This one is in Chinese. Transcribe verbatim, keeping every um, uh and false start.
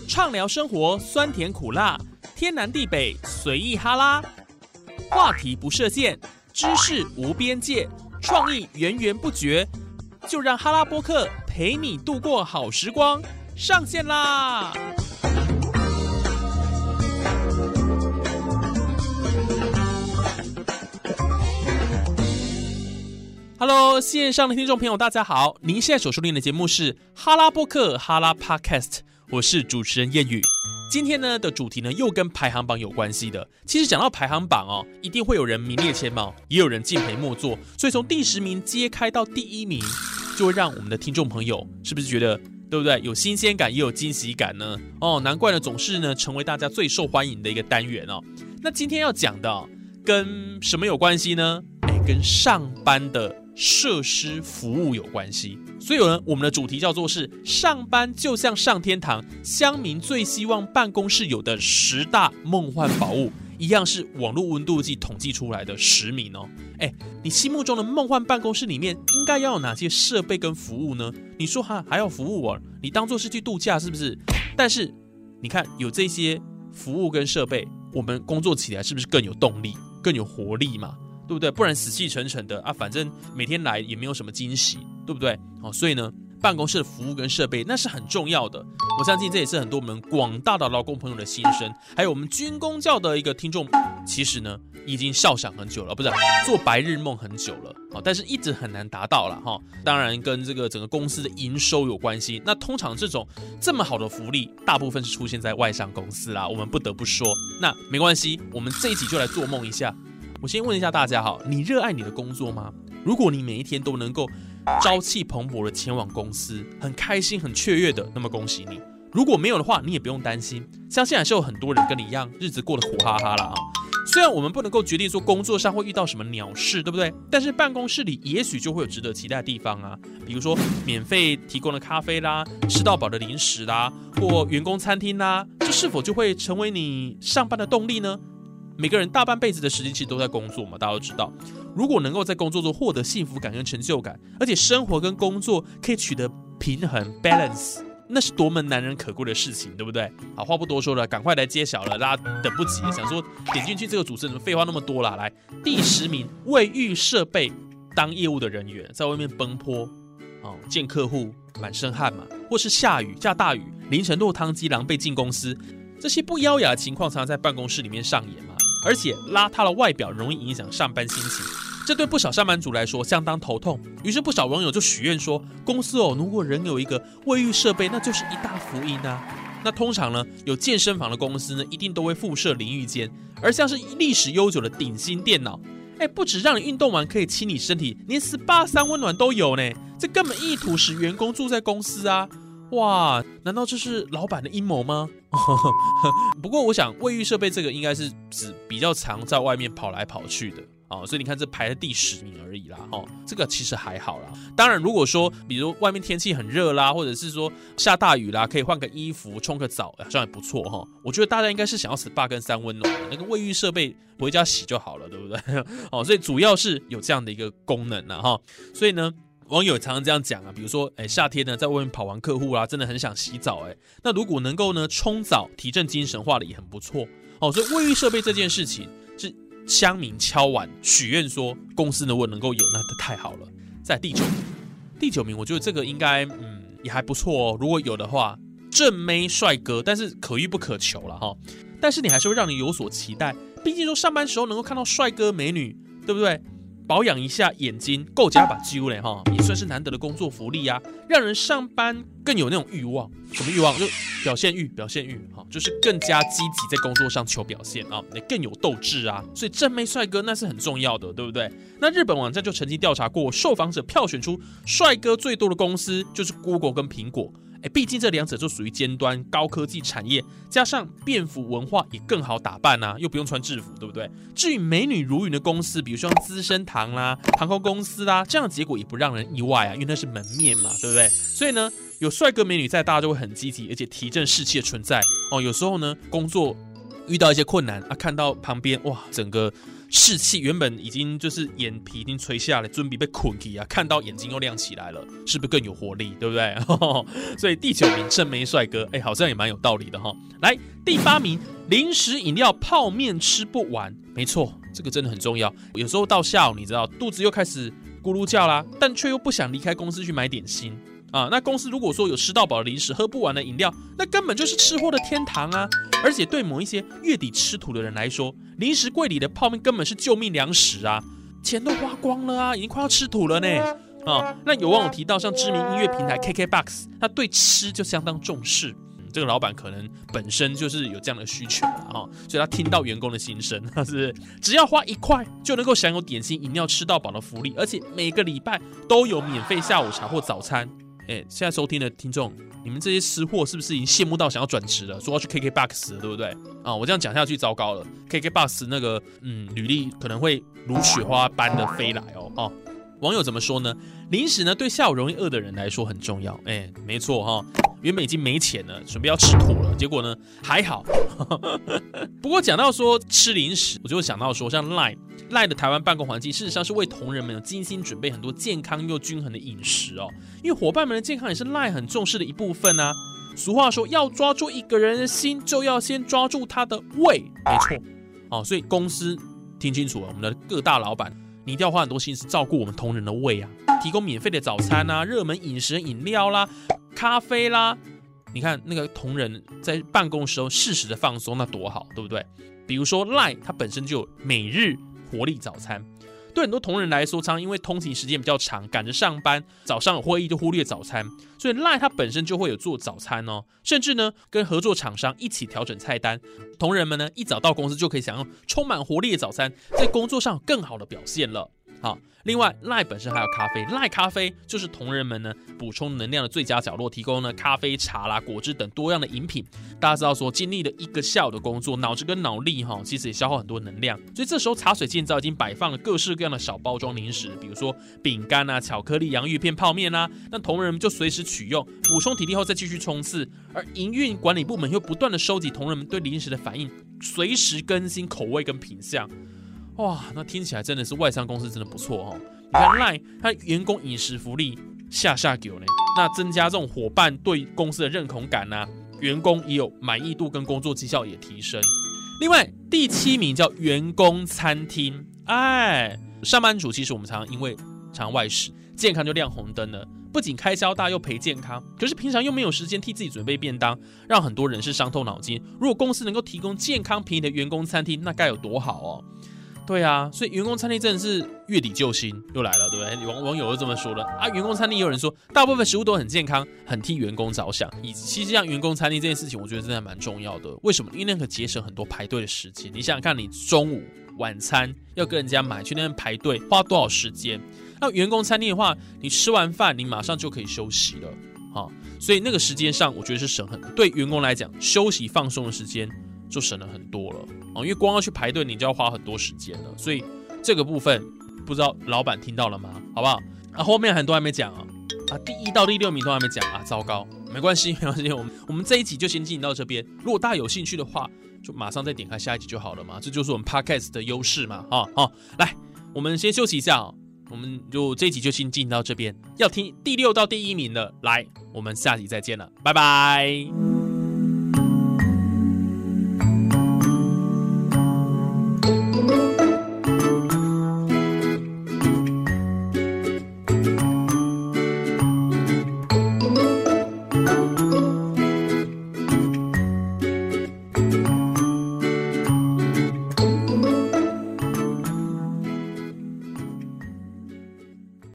畅聊生活酸甜苦辣，天南地北随意哈拉，话题不设限，知识无边界，创意源源不绝，就让哈拉播客陪你度过好时光，上线啦！Hello， 线上的听众朋友，大家好！您现在所收听的节目是哈拉播客哈拉 Podcast， 我是主持人燕宇。今天呢的主题呢又跟排行榜有关系的。其实讲到排行榜哦，一定会有人名列前茅，也有人敬陪末座。所以从第十名揭开到第一名，就会让我们的听众朋友是不是觉得对不对？有新鲜感，也有惊喜感呢？哦，难怪呢总是呢成为大家最受欢迎的一个单元哦。那今天要讲的、哦、跟什么有关系呢？哎，跟上班的设施服务有关系，所以有人我们的主题叫做是上班就像上天堂，乡民最希望办公室有的十大梦幻宝物，一样是网络温度计统计出来的十名哦。哎，你心目中的梦幻办公室里面应该要有哪些设备跟服务呢？你说哈还要服务哦，你当作是去度假是不是？但是你看有这些服务跟设备，我们工作起来是不是更有动力、更有活力嘛？对不对？不然死气沉沉的啊，反正每天来也没有什么惊喜，对不对？好，所以呢，办公室的服务跟设备那是很重要的。我相信这也是很多我们广大的劳工朋友的心声，还有我们军公教的一个听众，其实呢已经笑想很久了，不是做白日梦很久了，但是一直很难达到了哈。当然跟这个整个公司的营收有关系。那通常这种这么好的福利，大部分是出现在外商公司啦，我们不得不说。那没关系，我们这一集就来做梦一下。我先问一下大家哈，你热爱你的工作吗？如果你每一天都能够朝气蓬勃的前往公司，很开心很雀跃的，那么恭喜你。如果没有的话，你也不用担心，相信还是有很多人跟你一样，日子过得苦哈哈啦。虽然我们不能够决定说工作上会遇到什么鸟事，对不对？但是办公室里也许就会有值得期待的地方啊，比如说免费提供的咖啡啦，吃到饱的零食啦，或员工餐厅啦，这是否就会成为你上班的动力呢？每个人大半辈子的时间其实都在工作嘛，大家都知道。如果能够在工作中获得幸福感跟成就感，而且生活跟工作可以取得平衡 balance， 那是多么难能可贵的事情，对不对？好，话不多说了，赶快来揭晓了，大家等不及了，想说点进去这个主持人废话那么多啦。来，第十名，卫浴设备。当业务的人员在外面奔波，哦，见客户满身汗嘛，或是下雨下大雨，凌晨落汤鸡狼狈进公司。这些不优雅的情况常常在办公室里面上演嘛，而且邋遢的外表容易影响上班心情，这对不少上班族来说相当头痛。于是不少网友就许愿说，公司哦，如果人有一个卫浴设备，那就是一大福音啊。那通常呢，有健身房的公司呢，一定都会附设淋浴间，而像是历史悠久的顶新电脑，哎，不止让你运动完可以清理身体，连 S P A 三温暖都有呢。这根本意图使员工住在公司啊。哇，难道这是老板的阴谋吗？不过我想卫浴设备这个应该是指比较常在外面跑来跑去的、哦、所以你看这排在第十名而已啦、哦、这个其实还好啦。当然如果说比如外面天气很热啦，或者是说下大雨啦，可以换个衣服冲个澡，好像也不错、哦、我觉得大家应该是想要 S P A 跟三温暖的，那个卫浴设备回家洗就好了，对不对、哦、所以主要是有这样的一个功能啦、哦、所以呢网友常常这样讲啊，比如说，哎，夏天呢，在外面跑完客户啦、啊，真的很想洗澡，哎，那如果能够呢冲澡提振精神，化的也很不错哦。所以卫浴设备这件事情是乡民敲碗许愿说，公司如果能够有，那太好了。在第九名，第九名，我觉得这个应该嗯也还不错哦。如果有的话，正妹帅哥，但是可遇不可求了哈。但是你还是会让你有所期待，毕竟说上班时候能够看到帅哥美女，对不对？保养一下眼睛，够加把揪嘞哈，也算是难得的工作福利啊，让人上班更有那种欲望。什么欲望？就表现欲，表现欲哈，就是更加积极在工作上求表现啊，也更有斗志啊。所以正妹帅哥那是很重要的，对不对？那日本网站就曾经调查过，受访者票选出帅哥最多的公司就是 Google 跟苹果。哎，毕竟这两者就属于尖端高科技产业，加上便服文化也更好打扮啊，又不用穿制服，对不对？至于美女如云的公司，比如说资生堂啦、航空公司啦，这样的结果也不让人意外啊，因为那是门面嘛，对不对？所以呢，有帅哥美女在，大家就会很积极，而且提振士气的存在哦。有时候呢，工作遇到一些困难啊，看到旁边哇，整个士气原本已经就是眼皮已经垂下来，准备被困起啊，看到眼睛又亮起来了，是不是更有活力？对不对？所以第九名正妹帅哥，哎，好像也蛮有道理的哈。来，第八名，零食饮料泡面吃不完，没错，这个真的很重要。有时候到下午，你知道肚子又开始咕噜叫啦，但却又不想离开公司去买点心。啊，那公司如果说有吃到饱的零食、喝不完的饮料，那根本就是吃货的天堂啊！而且对某一些月底吃土的人来说，零食柜里的泡面根本是救命粮食啊，钱都花光了啊，已经快要吃土了呢。啊，那有网友提到，像知名音乐平台 K K B O X， 他对吃就相当重视。嗯，这个老板可能本身就是有这样的需求啊，所以他听到员工的心声，是不是？只要花一块就能够享有点心、饮料吃到饱的福利，而且每个礼拜都有免费下午茶或早餐。哎，现在收听的听众，你们这些吃货是不是已经羡慕到想要转职了，说要去 K K B O X 了，对不对？啊，我这样讲下去糟糕了 ，K K B O X 那个嗯履历可能会如雪花般的飞来哦。哦，网友怎么说呢？零食呢对下午容易饿的人来说很重要。哎，没错哈、哦，原本已经没钱了，准备要吃土了，结果呢还好。不过讲到说吃零食，我就会想到说，像 Line。Line 的台湾办公环境，事实上是为同仁们有精心准备很多健康又均衡的饮食哦。因为伙伴们的健康也是 Line 很重视的一部分啊。俗话说，要抓住一个人的心，就要先抓住他的胃，没错。哦，所以公司听清楚了，我们的各大老板，你一定要花很多心思照顾我们同仁的胃啊，提供免费的早餐啊、热门饮食饮料啦、咖啡啦。你看那个同仁在办公的时候适时的放松，那多好，对不对？比如说 Line 它本身就有每日活力早餐，对很多同仁来说，常因为通勤时间比较长，赶着上班，早上有会议就忽略早餐，所以 Line 它本身就会有做早餐哦，甚至呢跟合作厂商一起调整菜单，同仁们呢一早到公司就可以享用充满活力的早餐，在工作上有更好的表现了。好，另外 Line 本身还有咖啡 ，Line 咖啡就是同仁们呢补充能量的最佳角落，提供呢咖啡、茶啦、果汁等多样的饮品。大家知道说，经历了一个下午的工作，脑子跟脑力哈，其实也消耗很多能量，所以这时候茶水间早已经摆放了各式各样的小包装零食，比如说饼干啊、巧克力、洋芋片、泡面啊，那同仁们就随时取用，补充体力后再继续冲刺。而营运管理部门又不断的收集同仁们对零食的反应，随时更新口味跟品项。哇，那听起来真的是外商公司真的不错哦。你看 Line 它员工饮食福利下下给呢，那增加这种伙伴对公司的认同感啊，员工也有满意度跟工作绩效也提升。另外第七名叫员工餐厅，哎，上班族其实我们常常因为常外食，健康就亮红灯了。不仅开销大又赔健康，可是平常又没有时间替自己准备便当，让很多人是伤透脑筋。如果公司能够提供健康便宜的员工餐厅，那该有多好哦！对啊，所以员工餐厅真的是月底救星又来了，对不对？网网友又这么说了啊。员工餐厅也有人说，大部分食物都很健康，很替员工着想。以其实像员工餐厅这件事情，我觉得真的蛮重要的。为什么？因为那可节省很多排队的时间。你想想看，你中午晚餐要跟人家买，去那边排队花多少时间？那员工餐厅的话，你吃完饭你马上就可以休息了，好，所以那个时间上我觉得是省很多。对员工来讲，休息放松的时间就省了很多了，因为光要去排队，你就要花很多时间了。所以这个部分不知道老板听到了吗？好不好？啊，后面很多还没讲啊，啊，第一到第六名都还没讲啊，糟糕，没关系，没关系，我们我们这一集就先进行到这边。如果大家有兴趣的话，就马上再点开下一集就好了嘛，这就是我们 Podcast 的优势嘛，哈，好，来，我们先休息一下哦。我们就这一集就先进到这边，要听第六到第一名的，来，我们下集再见了，拜拜。